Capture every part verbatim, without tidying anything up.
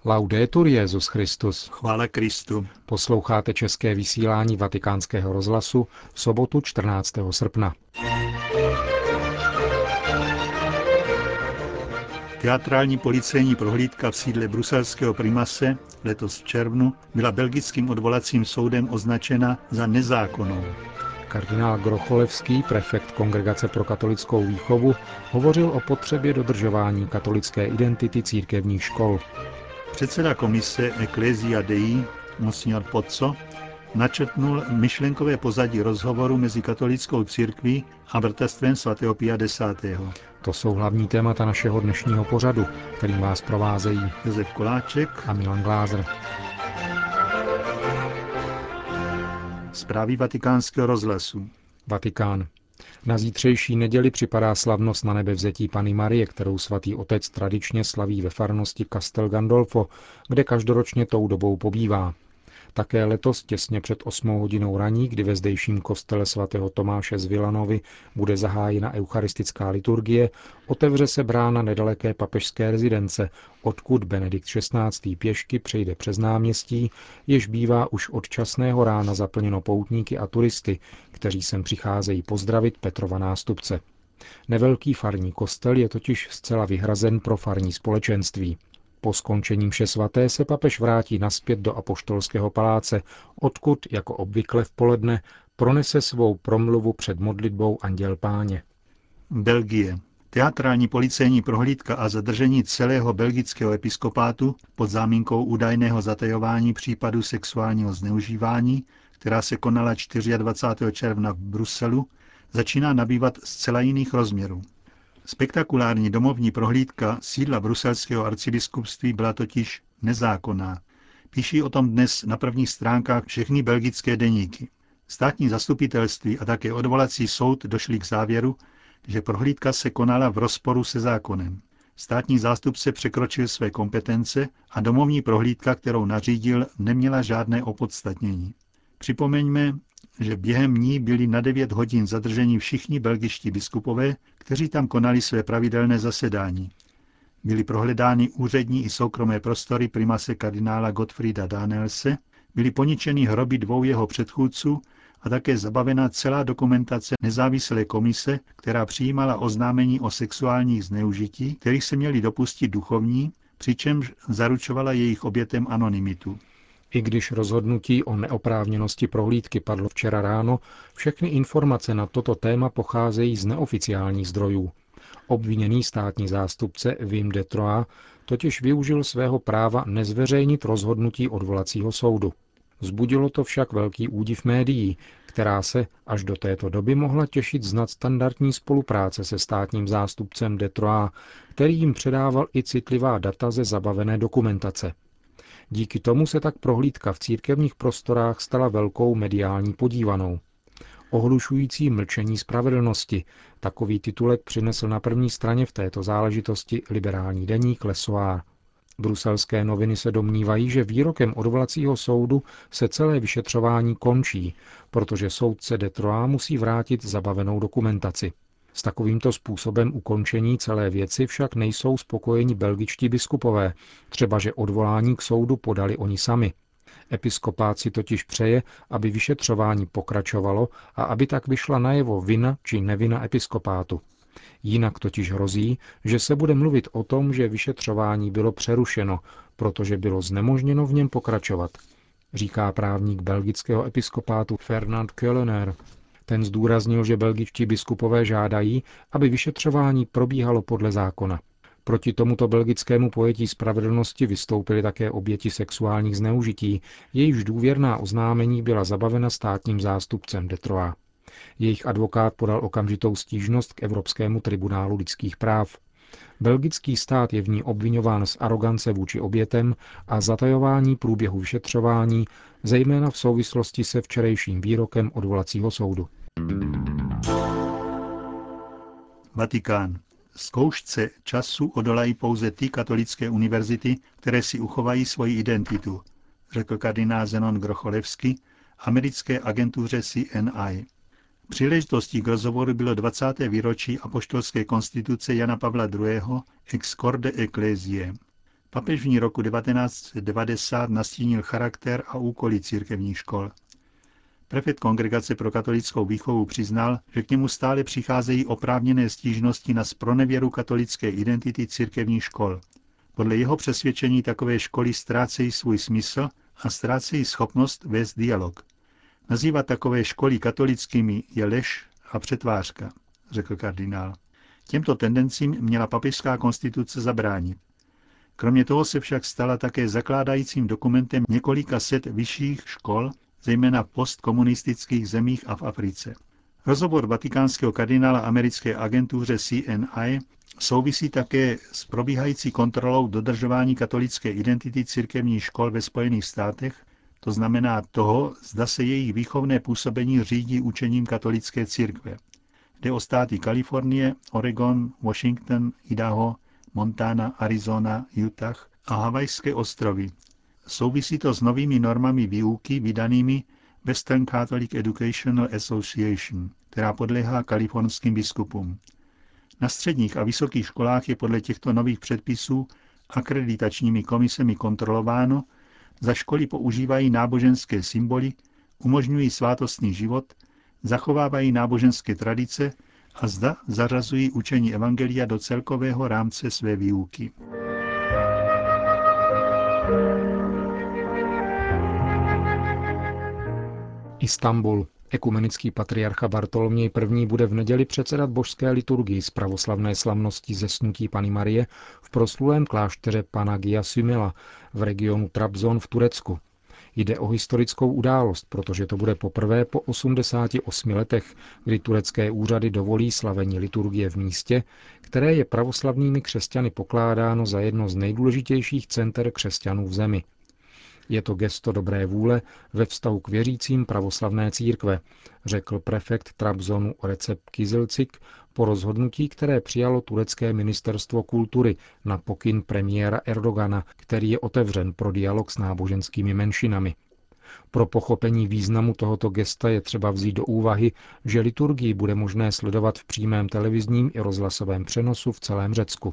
Laudetur Jesus Christus. Chvála Kristu. Posloucháte české vysílání Vatikánského rozhlasu v sobotu čtrnáctého srpna. Teatrální policejní prohlídka v sídle bruselského Primase letos v červnu byla belgickým odvolacím soudem označena za nezákonnou. Kardinál Grocholevský, prefekt Kongregace pro katolickou výchovu, hovořil o potřebě dodržování katolické identity církevních škol. Předseda komise Ecclesia Dei, monsignor Pozzo, načrtnul myšlenkové pozadí rozhovoru mezi katolickou církví a bratrstvem svatého Pia desátého. To jsou hlavní témata našeho dnešního pořadu, kterým vás provázejí Josef Koláček a Milan Glázer. Zprávy Vatikánského rozhlasu. Vatikán. Na zítřejší neděli připadá slavnost na nebevzetí Panny Marie, kterou svatý otec tradičně slaví ve farnosti Castel Gandolfo, kde každoročně tou dobou pobývá. Také letos těsně před osmou hodinou raní, kdy ve zdejším kostele svatého Tomáše z Villanovy bude zahájena eucharistická liturgie, otevře se brána nedaleké papežské rezidence, odkud Benedikt šestnáctý pěšky přejde přes náměstí, jež bývá už od časného rána zaplněno poutníky a turisty, kteří sem přicházejí pozdravit Petrova nástupce. Nevelký farní kostel je totiž zcela vyhrazen pro farní společenství. Po skončení mše svaté se papež vrátí nazpět do apoštolského paláce, odkud, jako obvykle v poledne, pronese svou promluvu před modlitbou Anděl Páně. Belgie. Teatrální policejní prohlídka a zadržení celého belgického episkopátu pod záminkou údajného zatajování případu sexuálního zneužívání, která se konala dvacátého čtvrtého června v Bruselu, začíná nabývat zcela jiných rozměrů. Spektakulární domovní prohlídka sídla bruselského arcibiskupství byla totiž nezákonná. Píší o tom dnes na prvních stránkách všechny belgické deníky. Státní zastupitelství a také odvolací soud došli k závěru, že prohlídka se konala v rozporu se zákonem. Státní zástupce překročil své kompetence a domovní prohlídka, kterou nařídil, neměla žádné opodstatnění. Připomeňme, že během ní byli na devět hodin zadrženi všichni belgičtí biskupové, kteří tam konali své pravidelné zasedání. Byly prohledány úřední i soukromé prostory primase kardinála Gottfrieda Danielse, byly poničeny hroby dvou jeho předchůdců a také zabavena celá dokumentace nezávislé komise, která přijímala oznámení o sexuálních zneužití, kterých se měli dopustit duchovní, přičemž zaručovala jejich obětem anonymitu. I když rozhodnutí o neoprávněnosti prohlídky padlo včera ráno, všechny informace na toto téma pocházejí z neoficiálních zdrojů. Obviněný státní zástupce Wim de Troyes totiž využil svého práva nezveřejnit rozhodnutí odvolacího soudu. Vzbudilo to však velký údiv médií, která se až do této doby mohla těšit z nadstandardní spolupráce se státním zástupcem de Troyes, který jim předával i citlivá data ze zabavené dokumentace. Díky tomu se tak prohlídka v církevních prostorách stala velkou mediální podívanou. Ohlušující mlčení spravedlnosti, takový titulek přinesl na první straně v této záležitosti liberální deník Le Soir. Bruselské noviny se domnívají, že výrokem odvolacího soudu se celé vyšetřování končí, protože soudce de Troyes musí vrátit zabavenou dokumentaci. S takovýmto způsobem ukončení celé věci však nejsou spokojeni belgičtí biskupové, třeba že odvolání k soudu podali oni sami. Episkopát si totiž přeje, aby vyšetřování pokračovalo a aby tak vyšla najevo vina či nevina episkopátu. Jinak totiž hrozí, že se bude mluvit o tom, že vyšetřování bylo přerušeno, protože bylo znemožněno v něm pokračovat, říká právník belgického episkopátu Fernand Keulener. Ten zdůraznil, že belgičtí biskupové žádají, aby vyšetřování probíhalo podle zákona. Proti tomuto belgickému pojetí spravedlnosti vystoupily také oběti sexuálních zneužití, jejichž důvěrná oznámení byla zabavena státním zástupcem de Troyes. Jejich advokát podal okamžitou stížnost k Evropskému tribunálu lidských práv. Belgický stát je v ní obviňován z arogance vůči obětem a zatajování průběhu vyšetřování, zejména v souvislosti se včerejším výrokem odvolacího soudu. Vatikán. Zkoušce času odolají pouze ty katolické univerzity, které si uchovají svoji identitu, řekl kardinál Zenon Grocholevský americké agentuře C N I. Příležitostí k rozhovoru bylo dvacáté výročí apoštolské konstituce Jana Pavla druhého. Ex corde ecclesiae. Papež v ní roku devatenáct set devadesát nastínil charakter a úkoly církevních škol. Prefekt Kongregace pro katolickou výchovu přiznal, že k němu stále přicházejí oprávněné stížnosti na zpronevěru katolické identity církevních škol. Podle jeho přesvědčení takové školy ztrácejí svůj smysl a ztrácejí schopnost vést dialog. Nazývat takové školy katolickými je lež a přetvářka, řekl kardinál. Těmto tendencím měla papežská konstituce zabránit. Kromě toho se však stala také zakládajícím dokumentem několika set vyšších škol, zejména v postkomunistických zemích a v Africe. Rozhovor vatikánského kardinála americké agentuře C N I souvisí také s probíhající kontrolou dodržování katolické identity církevních škol ve Spojených státech, to znamená toho, zda se jejich výchovné působení řídí učením katolické církve. Jde o státy Kalifornie, Oregon, Washington, Idaho, Montana, Arizona, Utah a Havajské ostrovy. Souvisí to s novými normami výuky vydanými Western Catholic Educational Association, která podléhá kalifornským biskupům. Na středních a vysokých školách je podle těchto nových předpisů akreditačními komisemi kontrolováno, za školy používají náboženské symboly, umožňují svátostný život, zachovávají náboženské tradice a zda zařazují učení evangelia do celkového rámce své výuky. Istanbul. Ekumenický patriarcha Bartoloměj I. bude v neděli předsedat božské liturgii z pravoslavné slavnosti Zesnutí Panny Marie v proslulém klášteře Panagia Symila v regionu Trabzon v Turecku. Jde o historickou událost, protože to bude poprvé po osmdesáti osmi letech, kdy turecké úřady dovolí slavení liturgie v místě, které je pravoslavnými křesťany pokládáno za jedno z nejdůležitějších center křesťanů v zemi. Je to gesto dobré vůle ve vztahu k věřícím pravoslavné církve, řekl prefekt Trabzonu Recep Kizilcik po rozhodnutí, které přijalo turecké ministerstvo kultury na pokyn premiéra Erdogana, který je otevřen pro dialog s náboženskými menšinami. Pro pochopení významu tohoto gesta je třeba vzít do úvahy, že liturgii bude možné sledovat v přímém televizním i rozhlasovém přenosu v celém Řecku.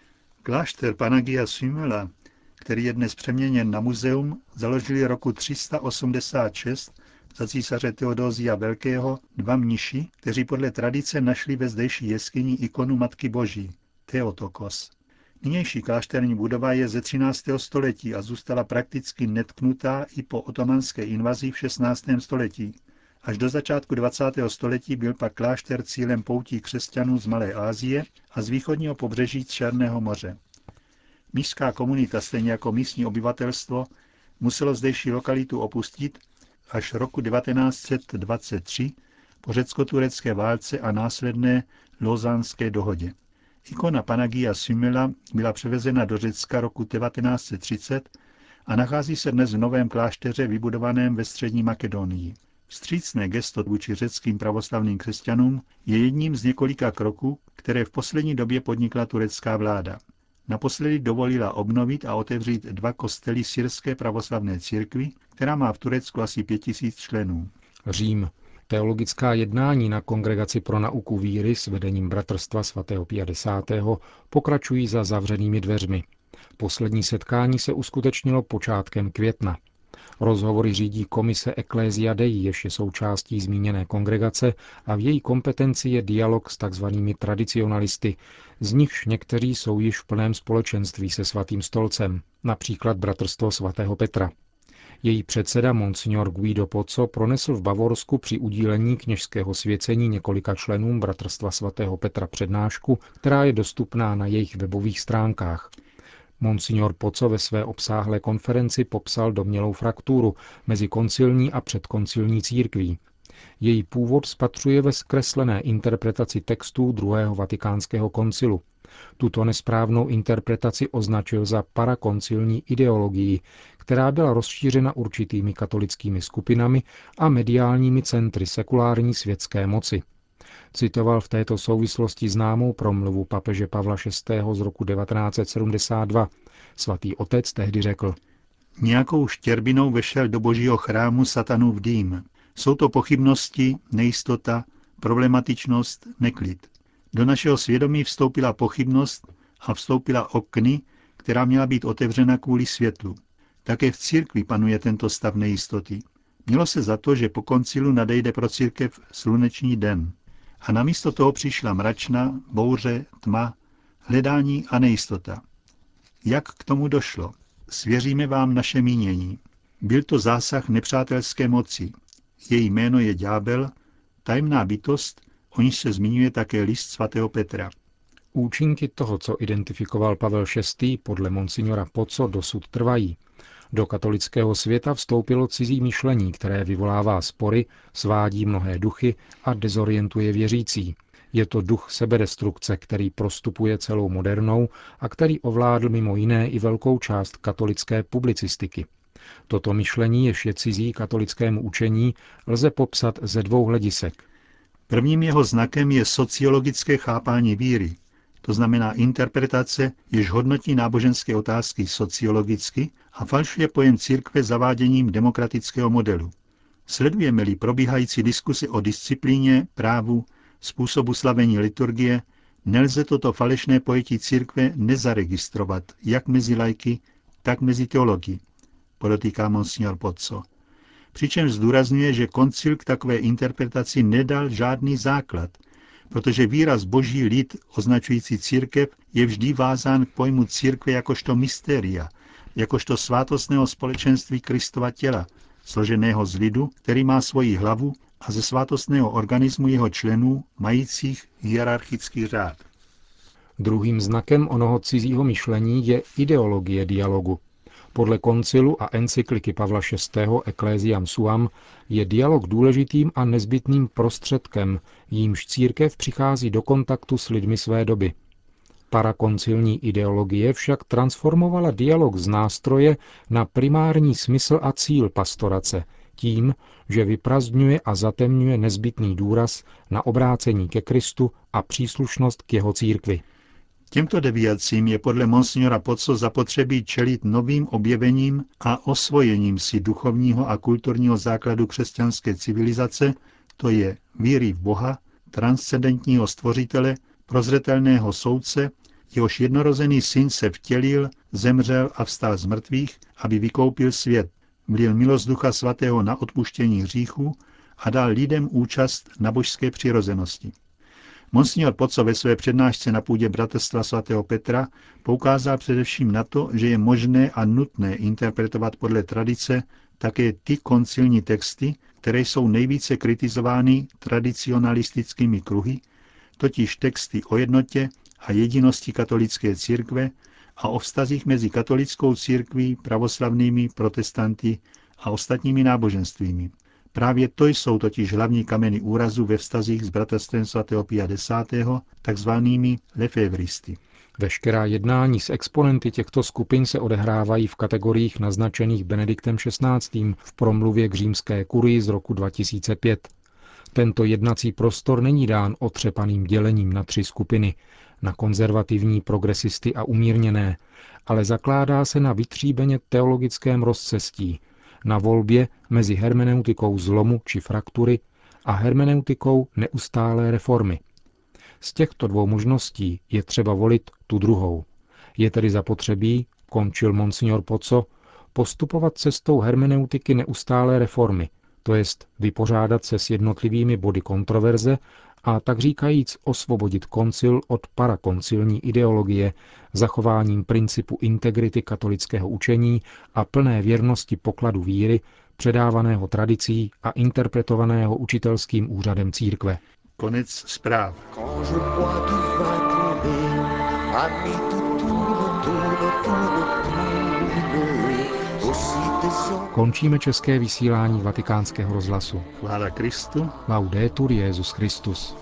Klášter Panagia Symila, který je dnes přeměněn na muzeum, založili roku tři sta osmdesát šest za císaře Teodósia Velkého dva mniši, kteří podle tradice našli ve zdejší jeskyni ikonu Matky Boží, Theotokos. Nynější klášterní budova je ze třináctého století a zůstala prakticky netknutá i po otomanské invazi v šestnáctém století. Až do začátku dvacátého století byl pak klášter cílem poutí křesťanů z Malé Asie a z východního pobřeží Černého moře. Mnišská komunita, stejně jako místní obyvatelstvo, muselo zdejší lokalitu opustit až roku devatenáct set dvacet tři po řecko-turecké válce a následné Lausanské dohodě. Ikona Panagia Symila byla převezena do Řecka roku devatenáct set třicet a nachází se dnes v novém klášteře vybudovaném ve střední Makedonii. Vstřícné gesto vůči řeckým pravoslavným křesťanům je jedním z několika kroků, které v poslední době podnikla turecká vláda. Naposledy dovolila obnovit a otevřít dva kostely syrské pravoslavné církvi, která má v Turecku asi pět tisíc členů. Řím. Teologická jednání na Kongregaci pro nauku víry s vedením Bratrstva svatého Pia Desátého pokračují za zavřenými dveřmi. Poslední setkání se uskutečnilo počátkem května. Rozhovory řídí komise Ecclesia Dei, jež je součástí zmíněné kongregace, a v její kompetenci je dialog s takzvanými tradicionalisty, z nichž někteří jsou již v plném společenství se Svatým stolcem, například Bratrstvo svatého Petra. Její předseda Monsignor Guido Pozzo pronesl v Bavorsku při udílení kněžského svěcení několika členům Bratrstva svatého Petra přednášku, která je dostupná na jejich webových stránkách. Monsignor Pozzo ve své obsáhlé konferenci popsal domnělou frakturu mezi koncilní a předkoncilní církví. Její původ spatřuje ve zkreslené interpretaci textů druhého vatikánského koncilu. Tuto nesprávnou interpretaci označil za parakoncilní ideologii, která byla rozšířena určitými katolickými skupinami a mediálními centry sekulární světské moci. Citoval v této souvislosti známou promluvu papeže Pavla šestého z roku devatenáct set sedmdesát dva. Svatý otec tehdy řekl: Nějakou štěrbinou vešel do božího chrámu satanův dým. Jsou to pochybnosti, nejistota, problematičnost, neklid. Do našeho svědomí vstoupila pochybnost a vstoupila okny, která měla být otevřena kvůli světlu. Také v církvi panuje tento stav nejistoty. Mělo se za to, že po koncilu nadejde pro církev slunečný den. A namísto toho přišla mračna, bouře, tma, hledání a nejistota. Jak k tomu došlo? Svěříme vám naše mínění. Byl to zásah nepřátelské moci. Její jméno je ďábel, tajemná bytost, o níž se zmiňuje také list svatého Petra. Účinky toho, co identifikoval Pavel šestý., podle monsignora Pozzo dosud trvají. Do katolického světa vstoupilo cizí myšlení, které vyvolává spory, svádí mnohé duchy a dezorientuje věřící. Je to duch sebedestrukce, který prostupuje celou modernou a který ovládl mimo jiné i velkou část katolické publicistiky. Toto myšlení, jež je cizí katolickému učení, lze popsat ze dvou hledisek. Prvním jeho znakem je sociologické chápání víry, to znamená interpretace, jež hodnotí náboženské otázky sociologicky a falšuje pojem církve zaváděním demokratického modelu. Sledujeme-li probíhající diskusi o disciplíně, právu, způsobu slavení liturgie, nelze toto falešné pojetí církve nezaregistrovat jak mezi laiky, tak mezi teology, podotýká monsignor Pozzo. Přičemž zdůrazňuje, že koncil k takové interpretaci nedal žádný základ, protože výraz boží lid označující církev je vždy vázán k pojmu církve jakožto mystéria, jakožto svátostného společenství Kristova těla, složeného z lidu, který má svoji hlavu a ze svátostného organismu jeho členů, majících hierarchický řád. Druhým znakem onoho cizího myšlení je ideologie dialogu. Podle koncilu a encykliky Pavla šestého. Ecclesiam Suam je dialog důležitým a nezbytným prostředkem, jímž církev přichází do kontaktu s lidmi své doby. Parakoncilní ideologie však transformovala dialog z nástroje na primární smysl a cíl pastorace, tím, že vyprazdňuje a zatemňuje nezbytný důraz na obrácení ke Kristu a příslušnost k jeho církvi. Těmto deviacím je podle monsignora Pozzo zapotřebí čelit novým objevením a osvojením si duchovního a kulturního základu křesťanské civilizace, to je víry v Boha, transcendentního stvořitele, prozřetelného soudce, jehož jednorozený syn se vtělil, zemřel a vstal z mrtvých, aby vykoupil svět, vlil milost Ducha svatého na odpuštění hříchů a dal lidem účast na božské přirozenosti. Monsignor Pozzo ve své přednášce na půdě Bratrstva svatého Petra poukázal především na to, že je možné a nutné interpretovat podle tradice také ty koncilní texty, které jsou nejvíce kritizovány tradicionalistickými kruhy, totiž texty o jednotě a jedinosti katolické církve a o vztazích mezi katolickou církví, pravoslavnými, protestanty a ostatními náboženstvími. Právě to jsou totiž hlavní kameny úrazu ve vztazích s bratrstvem svatého Pia desátého., takzvanými lefevristy. Veškerá jednání s exponenty těchto skupin se odehrávají v kategoriích naznačených Benediktem šestnáctým. v promluvě k římské kurii z roku dva tisíce pět. Tento jednací prostor není dán otřepaným dělením na tři skupiny, na konzervativní, progresisty a umírněné, ale zakládá se na vytříbeně teologickém rozcestí, na volbě mezi hermeneutikou zlomu či fraktury a hermeneutikou neustálé reformy. Z těchto dvou možností je třeba volit tu druhou. Je tedy zapotřebí, končil monsignor Pozzo, postupovat cestou hermeneutiky neustálé reformy, to jest vypořádat se s jednotlivými body kontroverze a tak říkajíc osvobodit koncil od parakoncilní ideologie, zachováním principu integrity katolického učení a plné věrnosti pokladu víry, předávaného tradicí a interpretovaného učitelským úřadem církve. Konec zpráv. Končíme české vysílání Vatikánského rozhlasu. Chvála Kristu. Laudetur Jesus Christus.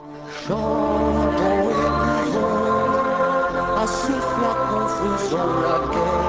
Chantons et buvons à ce flacon faisant la guerre.